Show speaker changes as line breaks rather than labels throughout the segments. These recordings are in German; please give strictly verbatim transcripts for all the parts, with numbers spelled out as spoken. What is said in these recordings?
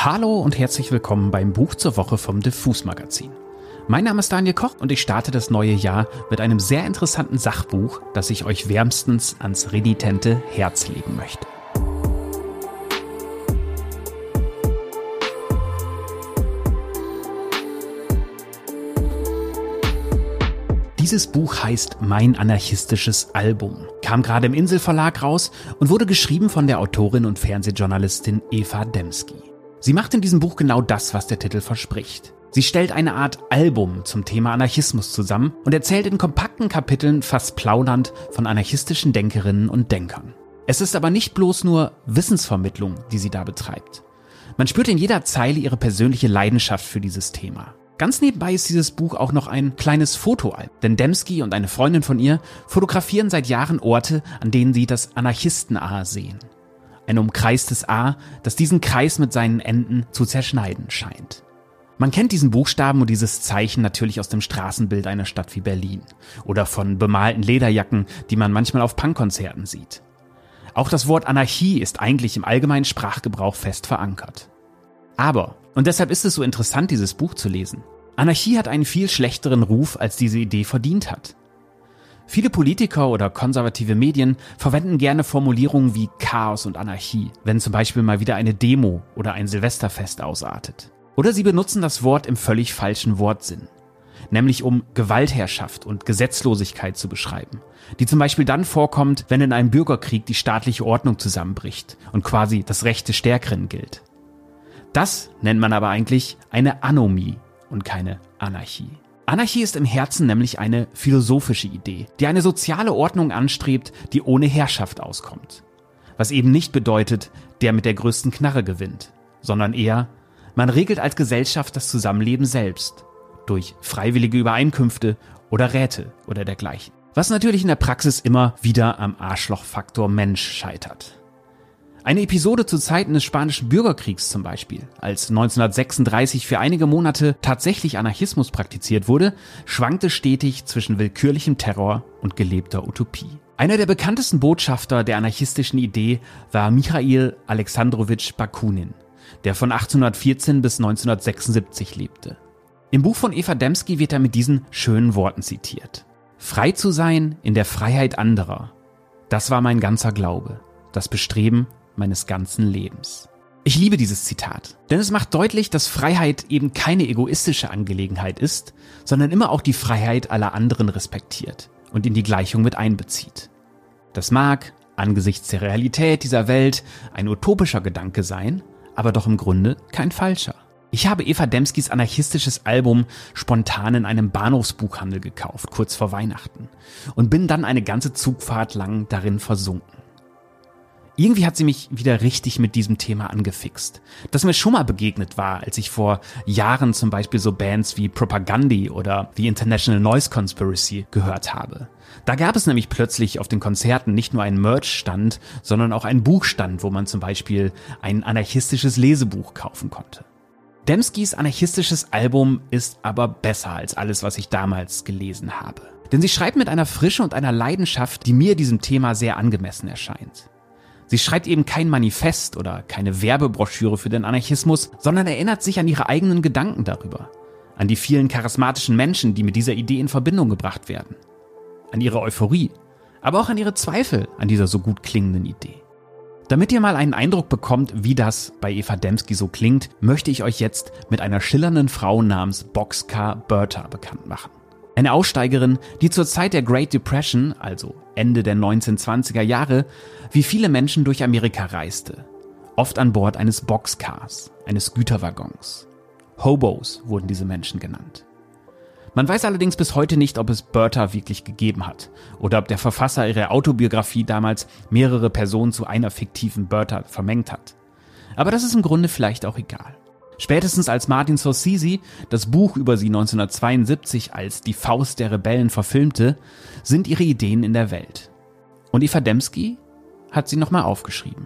Hallo und herzlich willkommen beim Buch zur Woche vom Diffus Magazin. Mein Name ist Daniel Koch und ich starte das neue Jahr mit einem sehr interessanten Sachbuch, das ich euch wärmstens ans renitente Herz legen möchte. Dieses Buch heißt Mein anarchistisches Album, kam gerade im Insel Verlag raus und wurde geschrieben von der Autorin und Fernsehjournalistin Eva Dembski. Sie macht in diesem Buch genau das, was der Titel verspricht. Sie stellt eine Art Album zum Thema Anarchismus zusammen und erzählt in kompakten Kapiteln fast plaudernd von anarchistischen Denkerinnen und Denkern. Es ist aber nicht bloß nur Wissensvermittlung, die sie da betreibt. Man spürt in jeder Zeile ihre persönliche Leidenschaft für dieses Thema. Ganz nebenbei ist dieses Buch auch noch ein kleines Fotoalbum, denn Dembski und eine Freundin von ihr fotografieren seit Jahren Orte, an denen sie das Anarchisten-A sehen. Ein umkreistes A, das diesen Kreis mit seinen Enden zu zerschneiden scheint. Man kennt diesen Buchstaben und dieses Zeichen natürlich aus dem Straßenbild einer Stadt wie Berlin oder von bemalten Lederjacken, die man manchmal auf Punkkonzerten sieht. Auch das Wort Anarchie ist eigentlich im allgemeinen Sprachgebrauch fest verankert. Aber, und deshalb ist es so interessant, dieses Buch zu lesen, Anarchie hat einen viel schlechteren Ruf, als diese Idee verdient hat. Viele Politiker oder konservative Medien verwenden gerne Formulierungen wie Chaos und Anarchie, wenn zum Beispiel mal wieder eine Demo oder ein Silvesterfest ausartet. Oder sie benutzen das Wort im völlig falschen Wortsinn, nämlich um Gewaltherrschaft und Gesetzlosigkeit zu beschreiben, die zum Beispiel dann vorkommt, wenn in einem Bürgerkrieg die staatliche Ordnung zusammenbricht und quasi das Recht des Stärkeren gilt. Das nennt man aber eigentlich eine Anomie und keine Anarchie. Anarchie ist im Herzen nämlich eine philosophische Idee, die eine soziale Ordnung anstrebt, die ohne Herrschaft auskommt. Was eben nicht bedeutet, der mit der größten Knarre gewinnt, sondern eher, man regelt als Gesellschaft das Zusammenleben selbst, durch freiwillige Übereinkünfte oder Räte oder dergleichen. Was natürlich in der Praxis immer wieder am Arschlochfaktor Mensch scheitert. Eine Episode zu Zeiten des Spanischen Bürgerkriegs zum Beispiel, als neunzehnhundertsechsunddreißig für einige Monate tatsächlich Anarchismus praktiziert wurde, schwankte stetig zwischen willkürlichem Terror und gelebter Utopie. Einer der bekanntesten Botschafter der anarchistischen Idee war Michail Alexandrowitsch Bakunin, der von achtzehnhundertvierzehn bis neunzehnhundertsechsundsiebzig lebte. Im Buch von Eva Dembski wird er mit diesen schönen Worten zitiert. Frei zu sein in der Freiheit anderer, das war mein ganzer Glaube, das Bestreben meines ganzen Lebens. Ich liebe dieses Zitat, denn es macht deutlich, dass Freiheit eben keine egoistische Angelegenheit ist, sondern immer auch die Freiheit aller anderen respektiert und in die Gleichung mit einbezieht. Das mag, angesichts der Realität dieser Welt, ein utopischer Gedanke sein, aber doch im Grunde kein falscher. Ich habe Eva Dembskis anarchistisches Album spontan in einem Bahnhofsbuchhandel gekauft, kurz vor Weihnachten, und bin dann eine ganze Zugfahrt lang darin versunken. Irgendwie hat sie mich wieder richtig mit diesem Thema angefixt, das mir schon mal begegnet war, als ich vor Jahren zum Beispiel so Bands wie Propagandhi oder The International Noise Conspiracy gehört habe. Da gab es nämlich plötzlich auf den Konzerten nicht nur einen Merch-Stand, sondern auch einen Buchstand, wo man zum Beispiel ein anarchistisches Lesebuch kaufen konnte. Dembskis anarchistisches Album ist aber besser als alles, was ich damals gelesen habe. Denn sie schreibt mit einer Frische und einer Leidenschaft, die mir diesem Thema sehr angemessen erscheint. Sie schreibt eben kein Manifest oder keine Werbebroschüre für den Anarchismus, sondern erinnert sich an ihre eigenen Gedanken darüber, an die vielen charismatischen Menschen, die mit dieser Idee in Verbindung gebracht werden, an ihre Euphorie, aber auch an ihre Zweifel an dieser so gut klingenden Idee. Damit ihr mal einen Eindruck bekommt, wie das bei Eva Dembski so klingt, möchte ich euch jetzt mit einer schillernden Frau namens Boxcar Bertha bekannt machen. Eine Aussteigerin, die zur Zeit der Great Depression, also Ende der neunzehnhundertzwanziger Jahre, wie viele Menschen durch Amerika reiste. Oft an Bord eines Boxcars, eines Güterwaggons. Hobos wurden diese Menschen genannt. Man weiß allerdings bis heute nicht, ob es Bertha wirklich gegeben hat oder ob der Verfasser ihrer Autobiografie damals mehrere Personen zu einer fiktiven Bertha vermengt hat. Aber das ist im Grunde vielleicht auch egal. Spätestens als Martin Scorsese das Buch über sie neunzehnhundertzweiundsiebzig als Die Faust der Rebellen verfilmte, sind ihre Ideen in der Welt. Und Eva Dembski hat sie nochmal aufgeschrieben.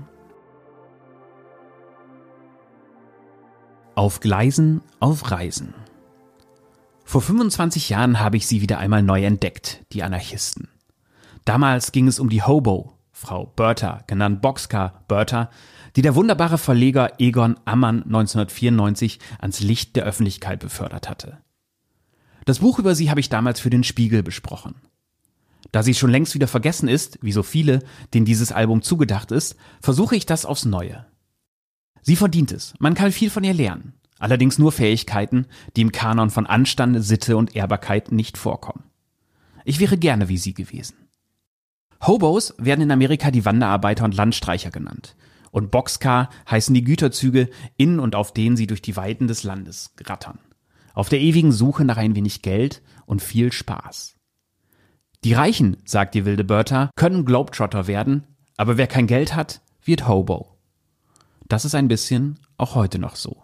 Auf Gleisen, auf Reisen. Vor fünfundzwanzig Jahren habe ich sie wieder einmal neu entdeckt, die Anarchisten. Damals ging es um die Hobo, Frau Bertha, genannt Boxcar Bertha, die der wunderbare Verleger Egon Ammann neunzehnhundertvierundneunzig ans Licht der Öffentlichkeit befördert hatte. Das Buch über sie habe ich damals für den Spiegel besprochen. Da sie schon längst wieder vergessen ist, wie so viele, denen dieses Album zugedacht ist, versuche ich das aufs Neue. Sie verdient es, man kann viel von ihr lernen, allerdings nur Fähigkeiten, die im Kanon von Anstand, Sitte und Ehrbarkeit nicht vorkommen. Ich wäre gerne wie sie gewesen. Hobos werden in Amerika die Wanderarbeiter und Landstreicher genannt. Und Boxcar heißen die Güterzüge, in und auf denen sie durch die Weiten des Landes rattern. Auf der ewigen Suche nach ein wenig Geld und viel Spaß. Die Reichen, sagt die wilde Bertha, können Globetrotter werden, aber wer kein Geld hat, wird Hobo. Das ist ein bisschen auch heute noch so.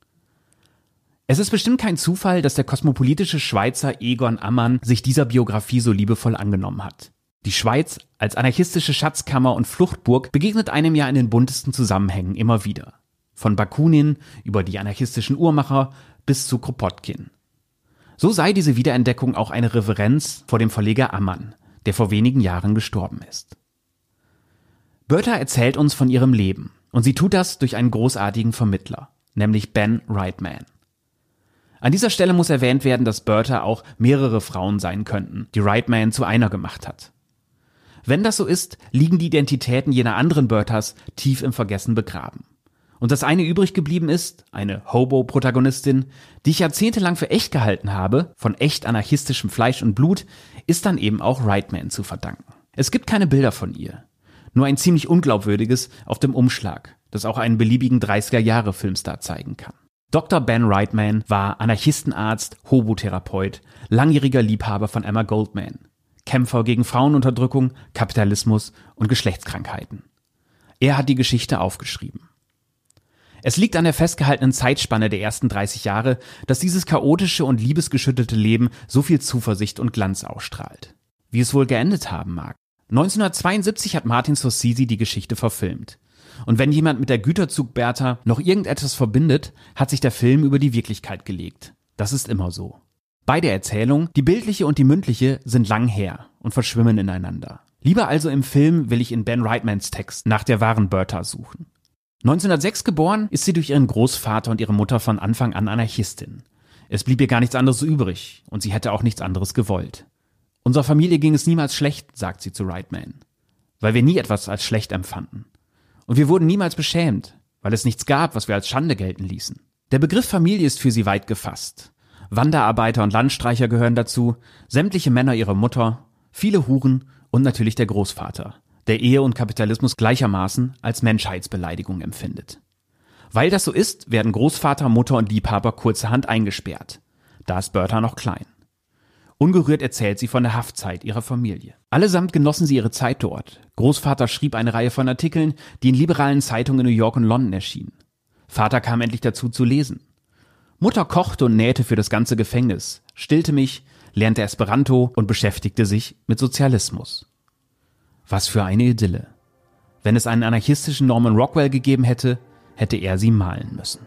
Es ist bestimmt kein Zufall, dass der kosmopolitische Schweizer Egon Ammann sich dieser Biografie so liebevoll angenommen hat. Die Schweiz als anarchistische Schatzkammer und Fluchtburg begegnet einem ja in den buntesten Zusammenhängen immer wieder. Von Bakunin über die anarchistischen Uhrmacher bis zu Kropotkin. So sei diese Wiederentdeckung auch eine Reverenz vor dem Verleger Ammann, der vor wenigen Jahren gestorben ist. Bertha erzählt uns von ihrem Leben und sie tut das durch einen großartigen Vermittler, nämlich Ben Reitman. An dieser Stelle muss erwähnt werden, dass Bertha auch mehrere Frauen sein könnten, die Reitman zu einer gemacht hat. Wenn das so ist, liegen die Identitäten jener anderen Berthas tief im Vergessen begraben. Und das eine übrig geblieben ist, eine Hobo-Protagonistin, die ich jahrzehntelang für echt gehalten habe, von echt anarchistischem Fleisch und Blut, ist dann eben auch Reitman zu verdanken. Es gibt keine Bilder von ihr. Nur ein ziemlich unglaubwürdiges auf dem Umschlag, das auch einen beliebigen dreißiger-Jahre-Filmstar zeigen kann. Doktor Ben Reitman war Anarchistenarzt, Hobotherapeut, langjähriger Liebhaber von Emma Goldman, Kämpfer gegen Frauenunterdrückung, Kapitalismus und Geschlechtskrankheiten. Er hat die Geschichte aufgeschrieben. Es liegt an der festgehaltenen Zeitspanne der ersten dreißig Jahre, dass dieses chaotische und liebesgeschüttete Leben so viel Zuversicht und Glanz ausstrahlt. Wie es wohl geendet haben mag. neunzehnhundertzweiundsiebzig hat Martin Scorsese die Geschichte verfilmt. Und wenn jemand mit der Güterzug-Bertha noch irgendetwas verbindet, hat sich der Film über die Wirklichkeit gelegt. Das ist immer so. Beide Erzählungen, die bildliche und die mündliche, sind lang her und verschwimmen ineinander. Lieber also im Film will ich in Ben Reitmans Text nach der wahren Bertha suchen. neunzehnhundertsechs geboren, ist sie durch ihren Großvater und ihre Mutter von Anfang an Anarchistin. Es blieb ihr gar nichts anderes übrig und sie hätte auch nichts anderes gewollt. Unserer Familie ging es niemals schlecht, sagt sie zu Reitman, weil wir nie etwas als schlecht empfanden. Und wir wurden niemals beschämt, weil es nichts gab, was wir als Schande gelten ließen. Der Begriff Familie ist für sie weit gefasst. Wanderarbeiter und Landstreicher gehören dazu, sämtliche Männer ihrer Mutter, viele Huren und natürlich der Großvater, der Ehe und Kapitalismus gleichermaßen als Menschheitsbeleidigung empfindet. Weil das so ist, werden Großvater, Mutter und Liebhaber kurzerhand eingesperrt. Da ist Bertha noch klein. Ungerührt erzählt sie von der Haftzeit ihrer Familie. Allesamt genossen sie ihre Zeit dort. Großvater schrieb eine Reihe von Artikeln, die in liberalen Zeitungen in New York und London erschienen. Vater kam endlich dazu zu lesen. Mutter kochte und nähte für das ganze Gefängnis, stillte mich, lernte Esperanto und beschäftigte sich mit Sozialismus. Was für eine Idylle. Wenn es einen anarchistischen Norman Rockwell gegeben hätte, hätte er sie malen müssen.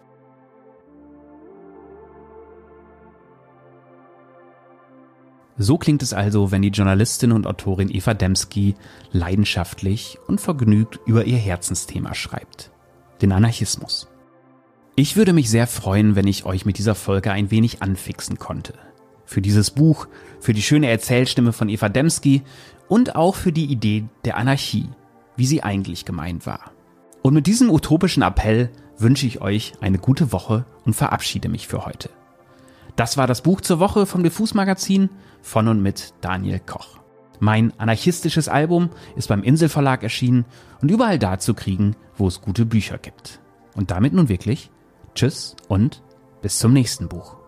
So klingt es also, wenn die Journalistin und Autorin Eva Dembski leidenschaftlich und vergnügt über ihr Herzensthema schreibt, den Anarchismus. Ich würde mich sehr freuen, wenn ich euch mit dieser Folge ein wenig anfixen konnte. Für dieses Buch, für die schöne Erzählstimme von Eva Dembski und auch für die Idee der Anarchie, wie sie eigentlich gemeint war. Und mit diesem utopischen Appell wünsche ich euch eine gute Woche und verabschiede mich für heute. Das war das Buch zur Woche vom Diffus Magazin von und mit Daniel Koch. Mein anarchistisches Album ist beim Insel Verlag erschienen und überall da zu kriegen, wo es gute Bücher gibt. Und damit nun wirklich Tschüss und bis zum nächsten Buch.